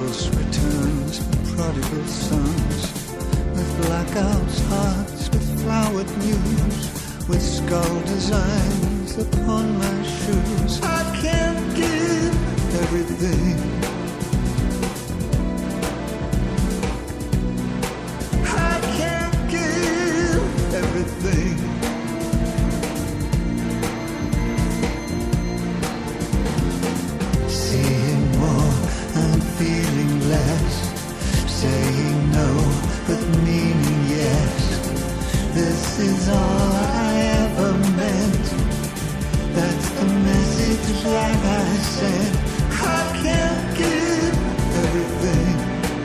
pulse returns for prodigal sons, with blackouts, hearts, with flowered news, with skull designs upon my shoes. I can't give everything. I can't give everything. Seeing more and feeling less, saying no but meaning yes. This is all I ever meant. That's the message that I sent. I can't give everything.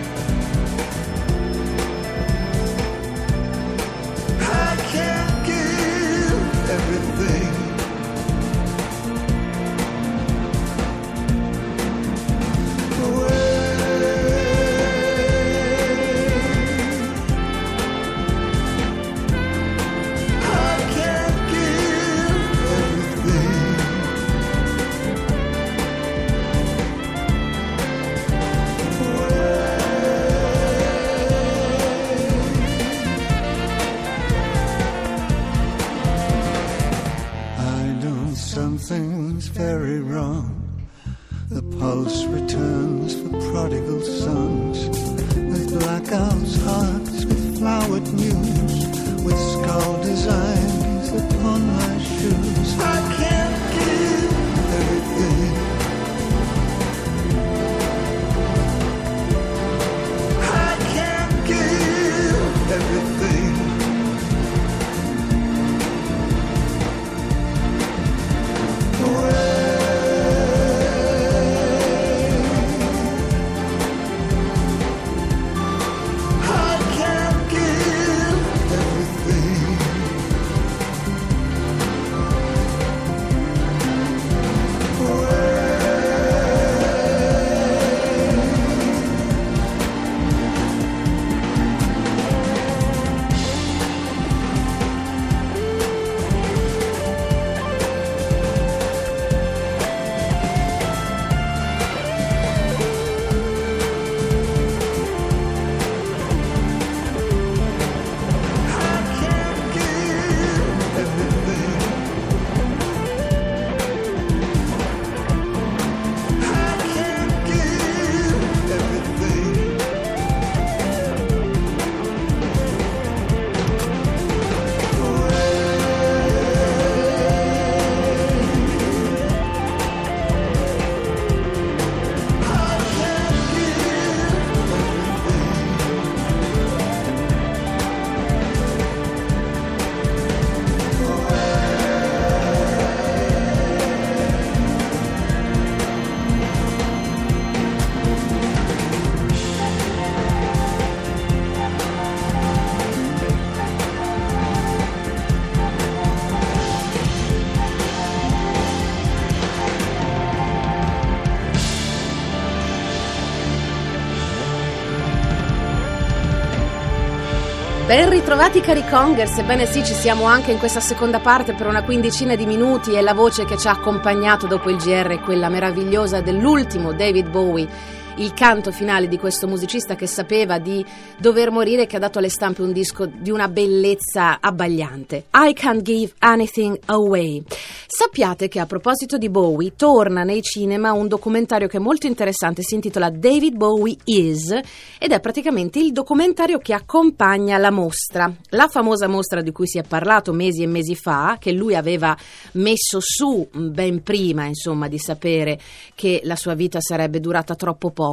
I can't give everything. Something's very wrong. The pulse returns for prodigal sons, with blackouts, hearts, with flowered news, with skull designs upon my shoes. I can't give everything. I can't give everything. Ben ritrovati cari Congers, ebbene sì, ci siamo anche in questa seconda parte per una quindicina di minuti e la voce che ci ha accompagnato dopo il GR è quella meravigliosa dell'ultimo David Bowie, il canto finale di questo musicista che sapeva di dover morire e che ha dato alle stampe un disco di una bellezza abbagliante. I Can't Give Anything Away. Sappiate che a proposito di Bowie torna nei cinema un documentario che è molto interessante, si intitola David Bowie Is ed è praticamente il documentario che accompagna la mostra, la famosa mostra di cui si è parlato mesi e mesi fa, che lui aveva messo su ben prima, insomma, di sapere che la sua vita sarebbe durata troppo poco,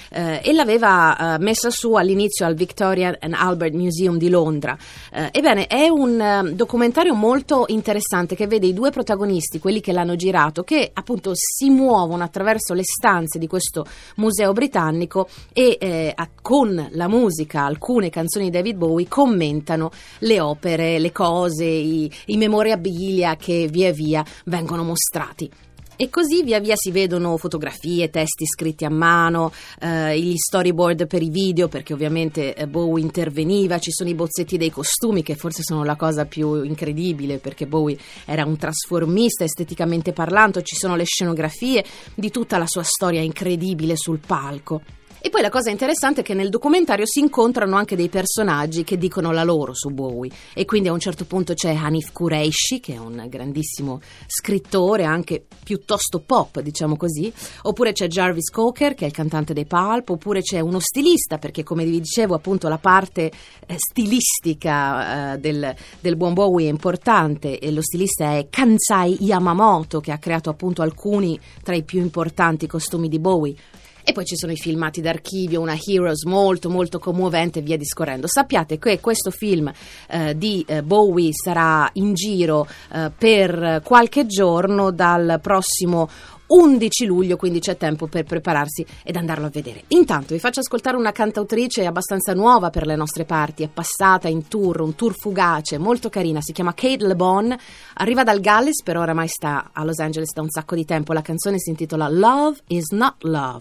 e l'aveva messa su all'inizio al Victoria and Albert Museum di Londra. Ebbene, è un documentario molto interessante che vede i due protagonisti, quelli che l'hanno girato, che appunto si muovono attraverso le stanze di questo museo britannico e con la musica, alcune canzoni di David Bowie commentano le opere, le cose, i memorabilia che via via vengono mostrati. E così via via si vedono fotografie, testi scritti a mano, gli storyboard per i video, perché ovviamente Bowie interveniva, ci sono i bozzetti dei costumi che forse sono la cosa più incredibile, perché Bowie era un trasformista esteticamente parlando, ci sono le scenografie di tutta la sua storia incredibile sul palco. E poi la cosa interessante è che nel documentario si incontrano anche dei personaggi che dicono la loro su Bowie, e quindi a un certo punto c'è Hanif Kureishi, che è un grandissimo scrittore, anche piuttosto pop, diciamo così, oppure c'è Jarvis Cocker, che è il cantante dei Pulp, oppure c'è uno stilista, perché come vi dicevo appunto la parte stilistica del buon Bowie è importante, e lo stilista è Kansai Yamamoto, che ha creato appunto alcuni tra i più importanti costumi di Bowie. E poi ci sono i filmati d'archivio, una Heroes molto molto commovente e via discorrendo. Sappiate che questo film di Bowie sarà in giro per qualche giorno dal prossimo 11 luglio, quindi c'è tempo per prepararsi ed andarlo a vedere. Intanto vi faccio ascoltare una cantautrice abbastanza nuova per le nostre parti, è passata in tour, un tour fugace, molto carina, si chiama Kate Le Bon, arriva dal Galles, però oramai sta a Los Angeles da un sacco di tempo. La canzone si intitola Love is Not Love.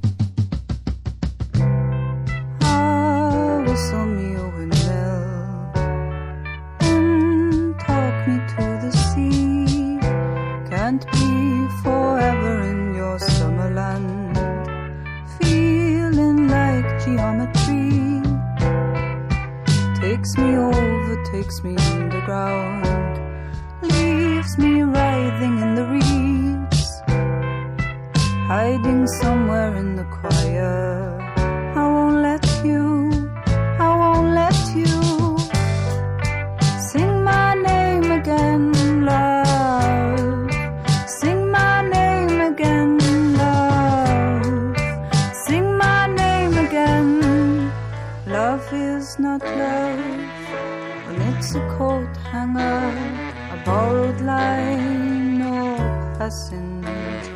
Whistle me a windmill and talk me to the sea. Can't be forever in your summerland, feeling like geometry. Takes me over, takes me underground, leaves me writhing in the reeds, hiding somewhere in the choir. I won't let you sing my name again, love. Sing my name again, love. Sing my name again. Love is not love when it's a coat hanger, a borrowed line, no passenger.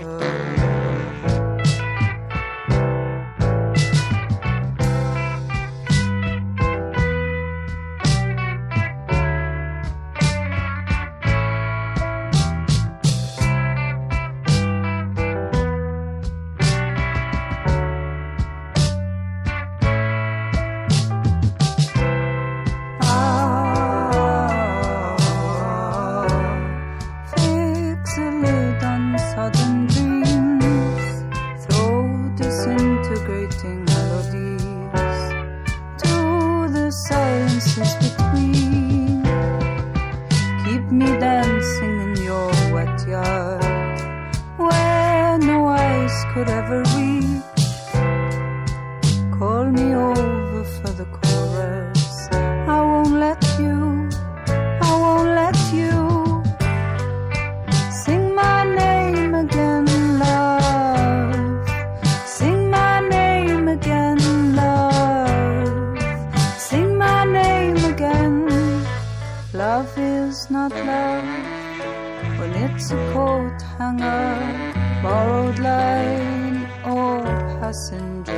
Could ever reach. Call me over for the chorus. I won't let you, I won't let you sing my name again, love. Sing my name again, love. Sing my name again. Love is not love when it's a coat hanger, borrowed line or passenger.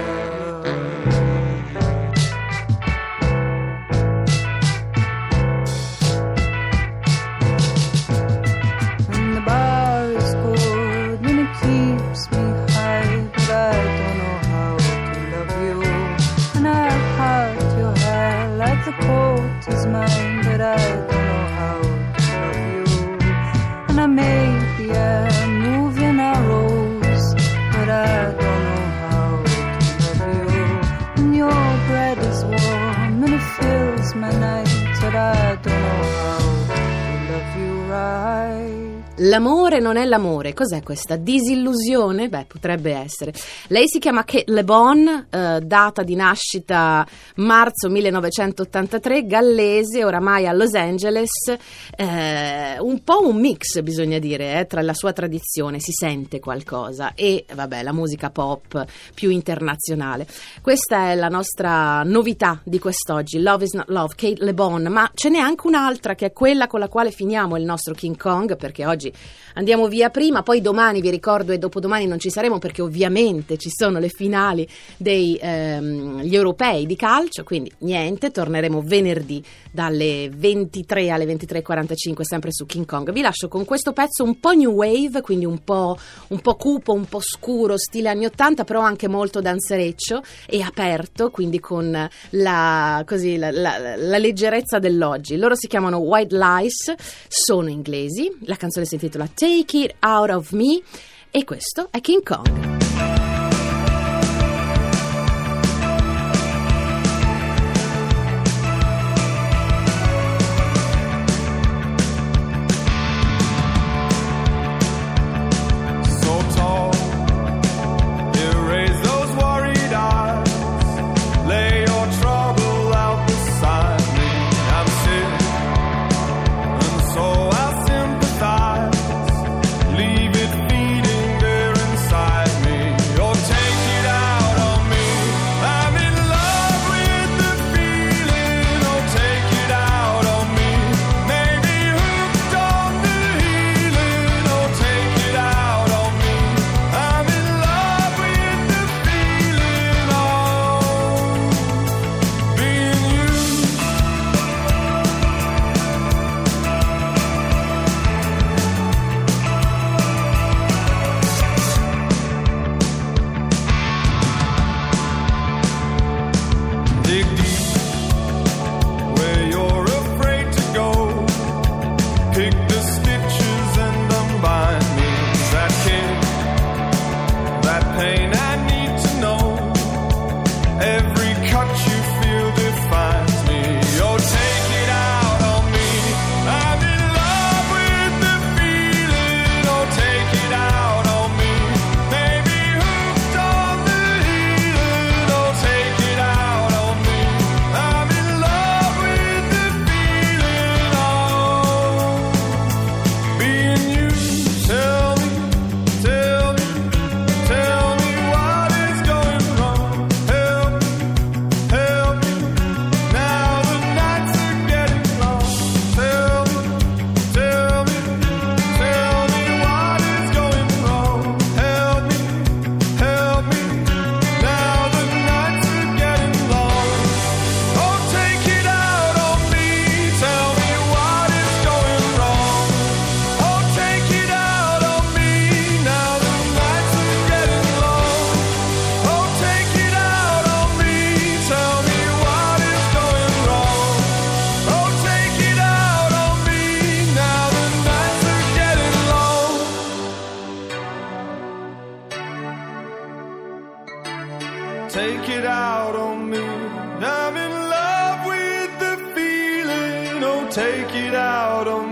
When the bar is good, when it keeps me high, but I don't know how to love you. And I part your hair like the coat is mine, but I don't know how to love you. And I make the air move in our rose, but I don't know how to love you. And your bread is warm and it fills my night, but I don't know how to love you right. L'amore non è l'amore, cos'è questa disillusione? Beh, potrebbe essere. Lei si chiama Kate Le Bon, data di nascita marzo 1983, gallese, oramai a Los Angeles, un po' un mix bisogna dire, tra la sua tradizione, si sente qualcosa, e vabbè la musica pop più internazionale. Questa è la nostra novità di quest'oggi, Love is Not Love, Kate Le Bon, ma ce n'è anche un'altra che è quella con la quale finiamo il nostro King Kong, perché oggi andiamo via prima, poi domani vi ricordo e dopodomani non ci saremo perché ovviamente ci sono le finali degli europei di calcio, quindi niente, torneremo venerdì dalle 23 alle 23:45 sempre su King Kong. Vi lascio con questo pezzo un po' new wave, quindi un po' cupo, un po' scuro, stile anni 80, però anche molto danzereccio e aperto, quindi con la leggerezza dell'oggi. Loro si chiamano White Lies, sono inglesi, la canzone si intitola Take It Out of Me e questo è King Kong. take it out on me. I'm in love with the feeling, oh take it out on me.